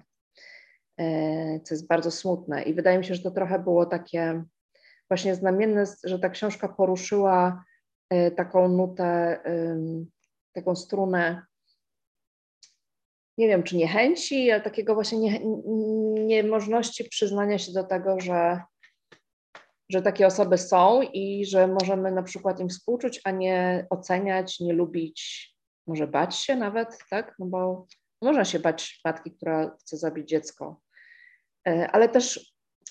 co jest bardzo smutne i wydaje mi się, że to trochę było takie właśnie znamienne, że ta książka poruszyła taką nutę, taką strunę, nie wiem, czy niechęci, ale takiego właśnie nie, niemożności przyznania się do tego, że, że takie osoby są i że możemy na przykład im współczuć, a nie oceniać, nie lubić, może bać się nawet, tak? No bo można się bać matki, która chce zabić dziecko, ale też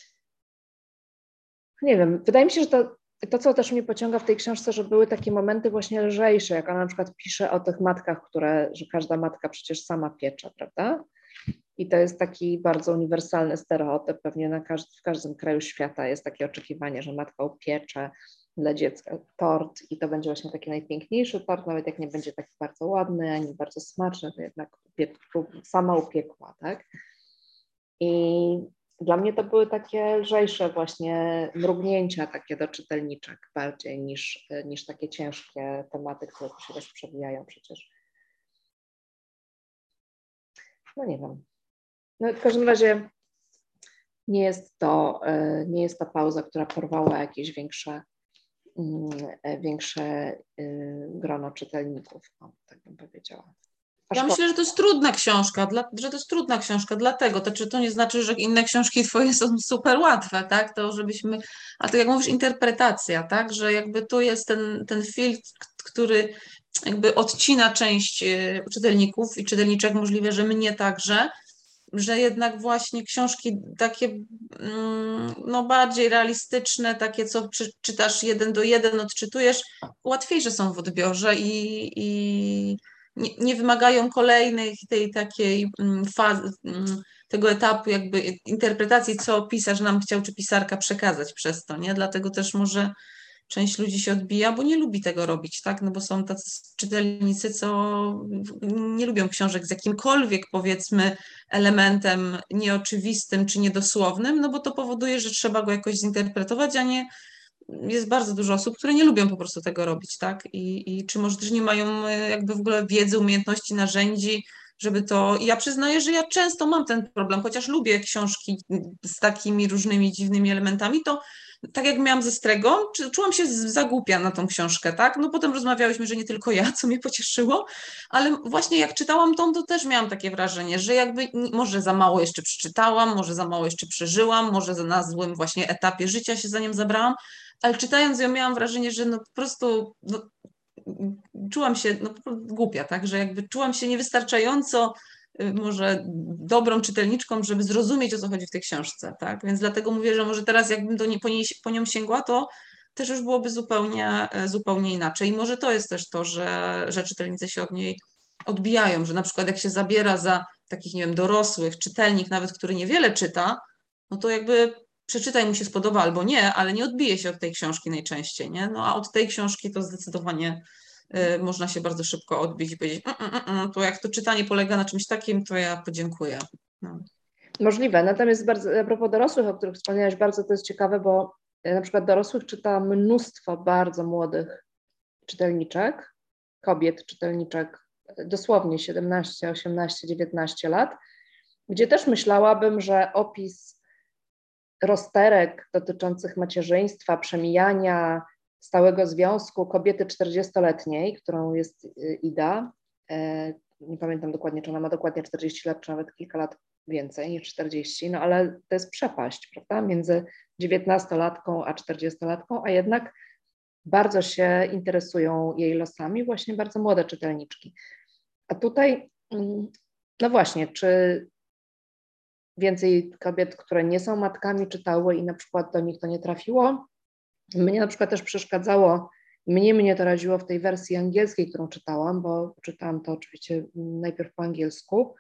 nie wiem, wydaje mi się, że to, to, co też mnie pociąga w tej książce, że były takie momenty właśnie lżejsze, jak ona na przykład pisze o tych matkach, które, że każda matka przecież sama piecze, prawda? I to jest taki bardzo uniwersalny stereotyp, pewnie na każdy, w każdym kraju świata jest takie oczekiwanie, że matka upiecze dla dziecka tort i to będzie właśnie taki najpiękniejszy tort, nawet jak nie będzie taki bardzo ładny, ani bardzo smaczny, to jednak sama upiekła, tak? I dla mnie to były takie lżejsze właśnie mrugnięcia takie do czytelniczek bardziej niż, niż takie ciężkie tematy, które tu się też przewijają przecież. no nie wiem. No w każdym razie nie jest to, nie jest to pauza, która porwała jakieś większe, większe grono czytelników, no, tak bym powiedziała. A Ja szkoda. myślę, że to jest trudna książka, dla, że to jest trudna książka, dlatego, to, czy to nie znaczy, że inne książki twoje są super łatwe, tak, to żebyśmy, a to jak mówisz, interpretacja, tak, że jakby tu jest ten, ten filtr, który jakby odcina część czytelników i czytelniczek, możliwe, że mnie także, że jednak właśnie książki takie no bardziej realistyczne, takie co czytasz jeden do jeden, odczytujesz, łatwiejsze są w odbiorze i, i nie, nie wymagają kolejnej tej takiej fazy, tego etapu jakby interpretacji, co pisarz nam chciał, czy pisarka przekazać przez to, nie? Dlatego też może część ludzi się odbija, bo nie lubi tego robić, tak? No bo są tacy czytelnicy, co nie lubią książek z jakimkolwiek, powiedzmy, elementem nieoczywistym czy niedosłownym, no bo to powoduje, że trzeba go jakoś zinterpretować, a nie jest bardzo dużo osób, które nie lubią po prostu tego robić, tak? I, i czy może też nie mają jakby w ogóle wiedzy, umiejętności, narzędzi, żeby to... I ja przyznaję, że ja często mam ten problem, chociaż lubię książki z takimi różnymi dziwnymi elementami, to tak jak miałam ze Strego, czułam się zagłupia na tą książkę, tak? No potem rozmawiałyśmy, że nie tylko ja, co mnie pocieszyło, ale właśnie jak czytałam tą, to też miałam takie wrażenie, że jakby może za mało jeszcze przeczytałam, może za mało jeszcze przeżyłam, może na złym właśnie etapie życia się za nią zabrałam, ale czytając ją miałam wrażenie, że no po prostu no, czułam się no, po prostu głupia, tak? Że jakby czułam się niewystarczająco może dobrą czytelniczką, żeby zrozumieć, o co chodzi w tej książce, tak? Więc dlatego mówię, że może teraz jakbym do niej, po, niej, po nią sięgła, to też już byłoby zupełnie, zupełnie inaczej. I może to jest też to, że, że czytelnicy się od niej odbijają, że na przykład jak się zabiera za takich, nie wiem, dorosłych, czytelnik nawet, który niewiele czyta, no to jakby przeczytaj, mu się spodoba albo nie, ale nie odbije się od tej książki najczęściej, nie? No a od tej książki to zdecydowanie y, można się bardzo szybko odbić i powiedzieć, mm, mm, mm, to jak to czytanie polega na czymś takim, to ja podziękuję. No. Możliwe, natomiast bardzo, a propos dorosłych, o których wspomniałaś, bardzo to jest ciekawe, bo na przykład dorosłych czyta mnóstwo bardzo młodych czytelniczek, kobiet czytelniczek, dosłownie siedemnaście, osiemnaście, dziewiętnaście lat, gdzie też myślałabym, że opis rozterek dotyczących macierzyństwa, przemijania, stałego związku kobiety czterdziestoletniej, którą jest Ida, nie pamiętam dokładnie, czy ona ma dokładnie czterdzieści lat, czy nawet kilka lat więcej niż czterdzieści, no ale to jest przepaść, prawda, między dziewiętnastolatką a czterdziestolatką, a jednak bardzo się interesują jej losami właśnie bardzo młode czytelniczki. A tutaj, no właśnie, czy więcej kobiet, które nie są matkami, czytały i na przykład do nich to nie trafiło? Mnie na przykład też przeszkadzało, mnie mnie to raziło w tej wersji angielskiej, którą czytałam, bo czytałam to oczywiście najpierw po angielsku.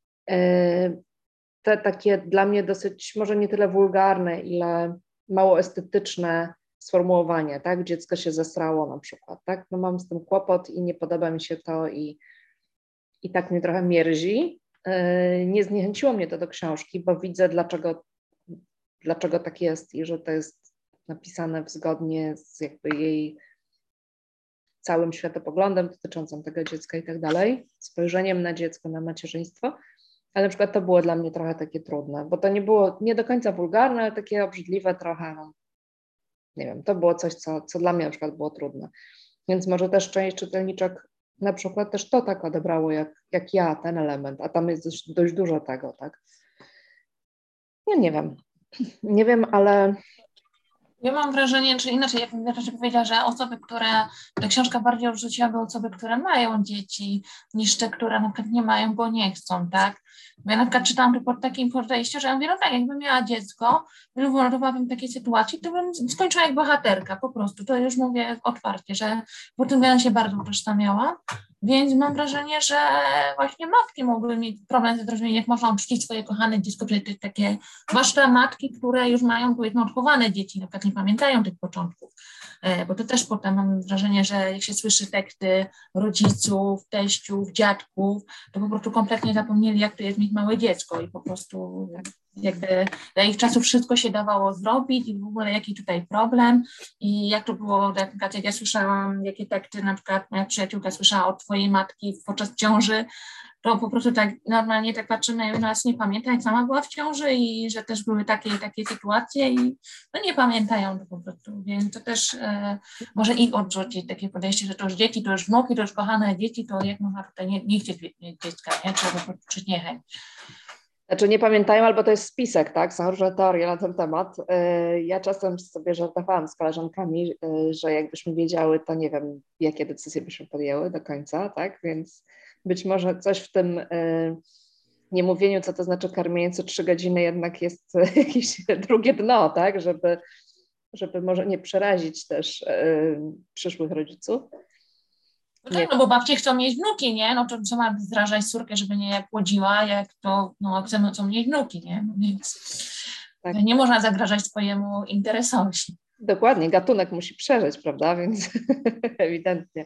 Te takie dla mnie dosyć, może nie tyle wulgarne, ile mało estetyczne sformułowanie, tak? Dziecko się zesrało na przykład, tak? No mam z tym kłopot i nie podoba mi się to i, i tak mnie trochę mierzi. Nie zniechęciło mnie to do książki, bo widzę, dlaczego, dlaczego tak jest i że to jest napisane zgodnie z jakby jej całym światopoglądem dotyczącym tego dziecka i tak dalej, spojrzeniem na dziecko, na macierzyństwo, ale na przykład to było dla mnie trochę takie trudne, bo to nie było nie do końca wulgarne, ale takie obrzydliwe trochę, no, nie wiem, to było coś, co, co dla mnie na przykład było trudne, więc może też część czytelniczek na przykład też to tak odebrało jak, jak ja, ten element, a tam jest dość, dość dużo tego, tak. Ja nie wiem, nie wiem, ale... Ja mam wrażenie, czy inaczej, ja bym raczej powiedziała, że osoby, które, ta książka bardziej odrzuciłaby osoby, które mają dzieci, niż te, które na przykład nie mają, bo nie chcą, tak? Bo ja na przykład czytałam to pod takim podejściem, że ja mówię, no tak, jakbym miała dziecko, wylądowałabym w takiej sytuacji, to bym skończyła jak bohaterka, po prostu, to już mówię otwarcie, że po tym ja się bardzo utożsamiałam, więc mam wrażenie, że właśnie matki mogły mieć problem ze zrozumieniem, jak można uczcić swoje kochane dziecko, czyli to takie, zwłaszcza matki, które już mają, powiedzmy, odchowane dzieci, na przykład nie pamiętają tych początków, bo to też potem mam wrażenie, że jak się słyszy teksty rodziców, teściów, dziadków, to po prostu kompletnie zapomnieli, jak to jest mieć małe dziecko i po prostu jakby dla ich czasów wszystko się dawało zrobić i w ogóle jaki tutaj problem i jak to było, na przykład jak ja słyszałam, jakie teksty na przykład moja przyjaciółka słyszała od twojej matki podczas ciąży, to po prostu tak normalnie tak patrzymy na nas, nie pamięta, jak sama była w ciąży i że też były takie i takie sytuacje i no nie pamiętają to po prostu, więc to też e, może ich odrzucić takie podejście, że to już dzieci, to już wnuki, to już kochane dzieci, to jak można tutaj nie, nie chcieć mieć dziecka, nie? Trzeba po prostu czuć niechęć. Znaczy nie pamiętają, albo to jest spisek, tak? Są różne teorie na ten temat. Ja czasem sobie żartowałam z koleżankami, że jakbyśmy wiedziały, to nie wiem, jakie decyzje byśmy podjęły do końca, tak? Więc być może coś w tym niemówieniu, co to znaczy karmienie co trzy godziny, jednak jest jakieś drugie dno, tak? Żeby, żeby może nie przerazić też przyszłych rodziców. No tak, no bo babcie chcą mieć wnuki, nie? No to co ma zrażać córkę, żeby nie płodziła, jak to, no chcemy, chcą mieć wnuki, nie? No więc tak. Nie można zagrażać swojemu interesowi. Dokładnie, gatunek musi przeżyć, prawda? Więc ewidentnie.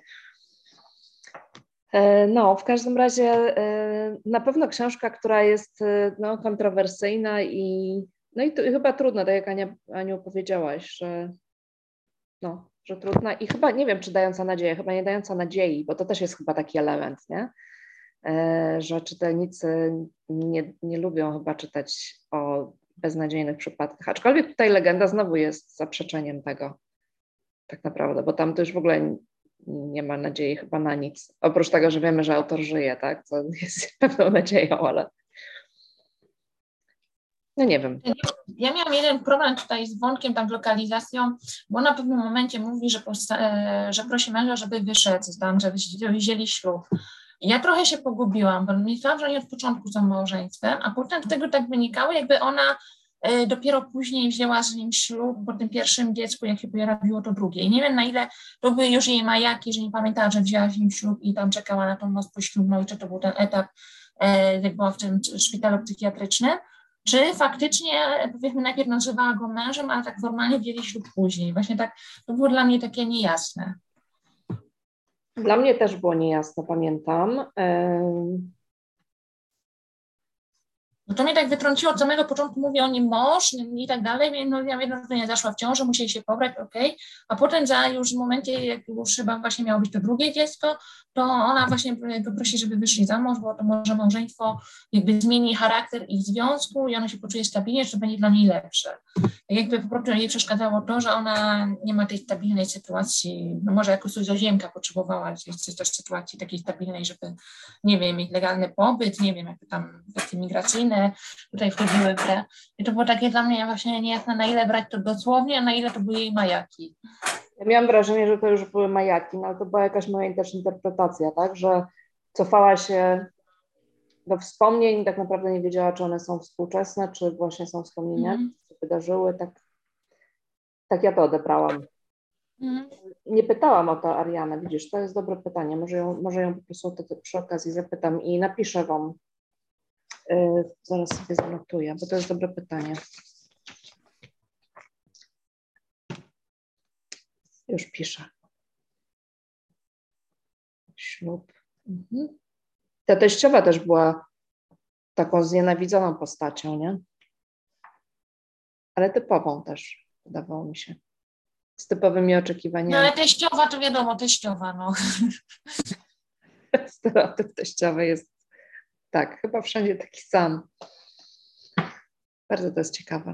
No, w każdym razie na pewno książka, która jest no, kontrowersyjna i no i to chyba trudna, tak jak Ania, Aniu powiedziałaś, że no, że trudna i chyba, nie wiem, czy dająca nadzieję, chyba nie dająca nadziei, bo to też jest chyba taki element, nie? E, że czytelnicy nie, nie lubią chyba czytać o beznadziejnych przypadkach, aczkolwiek tutaj legenda znowu jest zaprzeczeniem tego tak naprawdę, bo tam to już w ogóle nie ma nadziei chyba na nic, oprócz tego, że wiemy, że autor żyje, tak, co jest pewną nadzieją, ale no nie wiem. Ja miałam jeden problem tutaj z wątkiem, tam lokalizacją, bo na pewnym momencie mówi, że, że prosi męża, żeby wyszedł, tam, żeby wzięli ślub. I ja trochę się pogubiłam, bo myślałam, że oni od początku są małżeństwem, a potem z tego tak wynikało, jakby ona dopiero później wzięła z nim ślub po tym pierwszym dziecku, jak się pojawiło to drugie. I nie wiem, na ile to były już jej majaki, że nie pamiętała, że wzięła z nim ślub i tam czekała na tą noc poślubną i czy to był ten etap, jak była w tym szpitalu psychiatrycznym. Czy faktycznie, powiedzmy, najpierw nazywała go mężem, ale tak formalnie wzięli ślub później. Właśnie tak, to było dla mnie takie niejasne. Dla mnie też było niejasne, pamiętam. No to mnie tak wytrąciło, od samego początku mówi o nim mąż i tak dalej, więc no, ja wiem, że nie zaszła w ciąży, musieli się pobrać, okej, okay. A potem za już w momencie, jak już chyba właśnie miało być to drugie dziecko, to ona właśnie poprosi, żeby wyszli za mąż, bo to może małżeństwo jakby zmieni charakter ich związku i ona się poczuje stabilnie, że to będzie dla niej lepsze. Jakby po prostu jej przeszkadzało to, że ona nie ma tej stabilnej sytuacji, no może jako cudzoziemka potrzebowała też sytuacji takiej stabilnej, żeby, nie wiem, mieć legalny pobyt, nie wiem, jakby tam kwestie migracyjne tutaj wchodziły w grę. I to było takie dla mnie właśnie niejasne, na ile brać to dosłownie, a na ile to były jej majaki. Ja miałam wrażenie, że to już były majaki, no ale to była jakaś moja też interpretacja, tak, że cofała się do wspomnień, tak naprawdę nie wiedziała, czy one są współczesne, czy właśnie są wspomnienia, mm. co się wydarzyły, tak, tak ja to odebrałam. Mm. Nie pytałam o to Arianę, widzisz, to jest dobre pytanie, może ją, może ją po prostu to, to przy okazji zapytam i napiszę wam. Yy, zaraz sobie zanotuję, bo to jest dobre pytanie. Już piszę. Ślub. Mhm. Ta teściowa też była taką znienawidzoną postacią, nie? Ale typową też, wydawało mi się. Z typowymi oczekiwaniami. No ale teściowa to wiadomo, teściowa, no. Stereotyp teściowy jest tak, chyba wszędzie taki sam. Bardzo to jest ciekawe.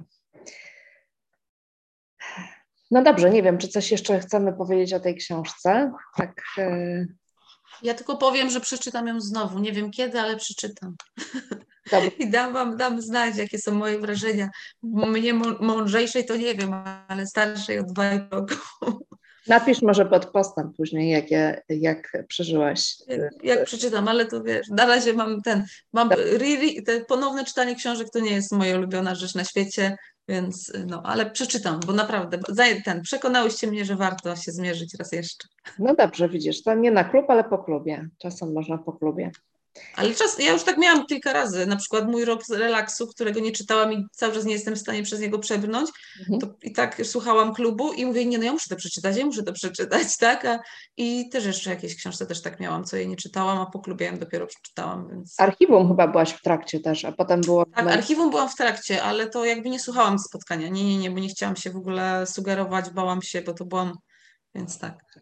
No dobrze, nie wiem, czy coś jeszcze chcemy powiedzieć o tej książce. Tak. Yy... Ja tylko powiem, że przeczytam ją znowu. Nie wiem kiedy, ale przeczytam. Dobrze. I dam wam dam znać, jakie są moje wrażenia. Mnie mądrzejszej to nie wiem, ale starszej od dwa i pół roku. Napisz może pod postem później, jak, je, jak przeżyłaś. Jak, jak przeczytam, ale to wiesz, na razie mam ten, mam re, te ponowne czytanie książek, to nie jest moja ulubiona rzecz na świecie, więc no, ale przeczytam, bo naprawdę ten, przekonałyście mnie, że warto się zmierzyć raz jeszcze. No dobrze, widzisz, to nie na klub, ale po klubie. Czasem można po klubie. Ale czas, ja już tak miałam kilka razy, na przykład mój rok z relaksu, którego nie czytałam i cały czas nie jestem w stanie przez niego przebrnąć, mhm. to i tak słuchałam klubu i mówię, nie no ja muszę to przeczytać, ja muszę to przeczytać, tak, a, i też jeszcze jakieś książce też tak miałam, co jej nie czytałam, a po klubie ją dopiero przeczytałam, więc... Archiwum chyba byłaś w trakcie też, a potem było... Tak, archiwum byłam w trakcie, ale to jakby nie słuchałam spotkania, nie, nie, nie, bo nie chciałam się w ogóle sugerować, bałam się, bo to byłam, więc tak.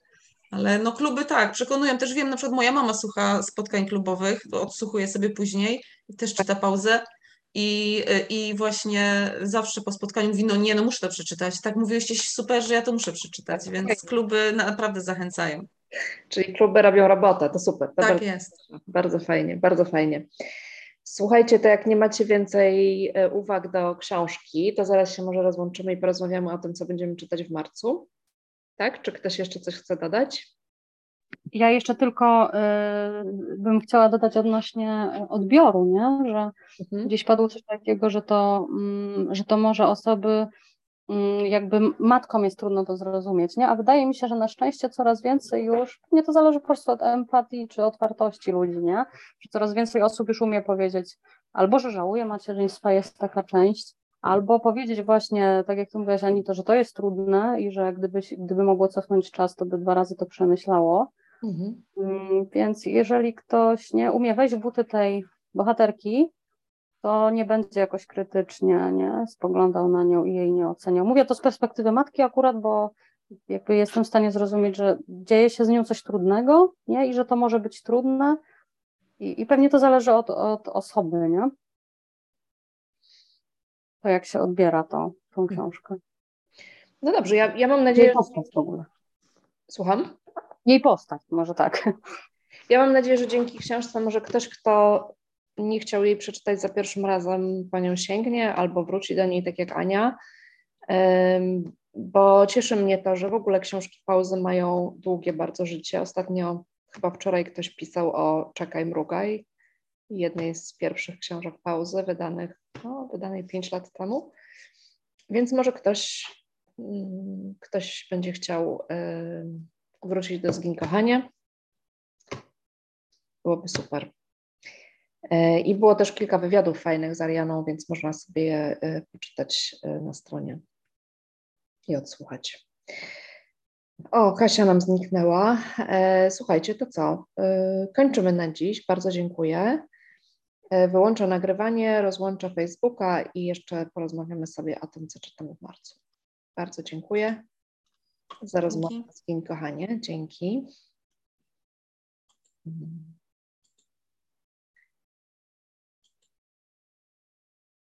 Ale no kluby tak, przekonują. Też wiem, na przykład moja mama słucha spotkań klubowych, odsłuchuje sobie później i też czyta pauzę. I, I właśnie zawsze po spotkaniu mówi, no nie, no muszę to przeczytać. Tak mówiłyście super, że ja to muszę przeczytać, Tak, więc kluby naprawdę zachęcają. Czyli kluby robią robotę, to super. To Tak bardzo, jest. bardzo fajnie, bardzo fajnie. Słuchajcie, to jak nie macie więcej uwag do książki, to zaraz się może rozłączymy i porozmawiamy o tym, co będziemy czytać w marcu. Tak? Czy ktoś jeszcze coś chce dodać? Ja jeszcze tylko y, bym chciała dodać odnośnie odbioru, nie? Że Mhm. gdzieś padło coś takiego, że to, mm, że to może osoby, mm, jakby matkom jest trudno to zrozumieć, nie? A wydaje mi się, że na szczęście coraz więcej już, nie to zależy po prostu od empatii czy otwartości ludzi, nie? Że coraz więcej osób już umie powiedzieć albo, że żałuje macierzyństwa, jest taka część, albo powiedzieć właśnie, tak jak ty mówiłaś, Anito, że to jest trudne i że gdybyś, gdyby mogło cofnąć czas, to by dwa razy to przemyślało. Mhm. Więc jeżeli ktoś nie umie wejść w buty tej bohaterki, to nie będzie jakoś krytycznie nie, spoglądał na nią i jej nie oceniał. Mówię to z perspektywy matki akurat, bo jakby jestem w stanie zrozumieć, że dzieje się z nią coś trudnego, nie? I że to może być trudne i, i pewnie to zależy od, od osoby, nie? To jak się odbiera to, tą książkę. No dobrze, ja, ja mam Jej nadzieję, że... postać w ogóle. Słucham? Jej postać, może tak. Ja mam nadzieję, że dzięki książce może ktoś, kto nie chciał jej przeczytać za pierwszym razem, po nią sięgnie albo wróci do niej tak jak Ania, Ym, bo cieszy mnie to, że w ogóle książki pauzy mają długie bardzo życie. Ostatnio, chyba wczoraj ktoś pisał o Czekaj, mrugaj, jednej z pierwszych książek pauzy wydanych, no, wydanej pięć lat temu, więc może ktoś, ym, ktoś będzie chciał ym, wrócić do Zgiń kochanie. Byłoby super. I było też kilka wywiadów fajnych z Arianą, więc można sobie je poczytać na stronie i odsłuchać. O, Kasia nam zniknęła. Słuchajcie, to co? Kończymy na dziś. Bardzo dziękuję. Wyłączę nagrywanie, rozłączę Facebooka i jeszcze porozmawiamy sobie o tym, co czytamy w marcu. Bardzo dziękuję za rozmowę. Zgiń kochanie. Dzięki.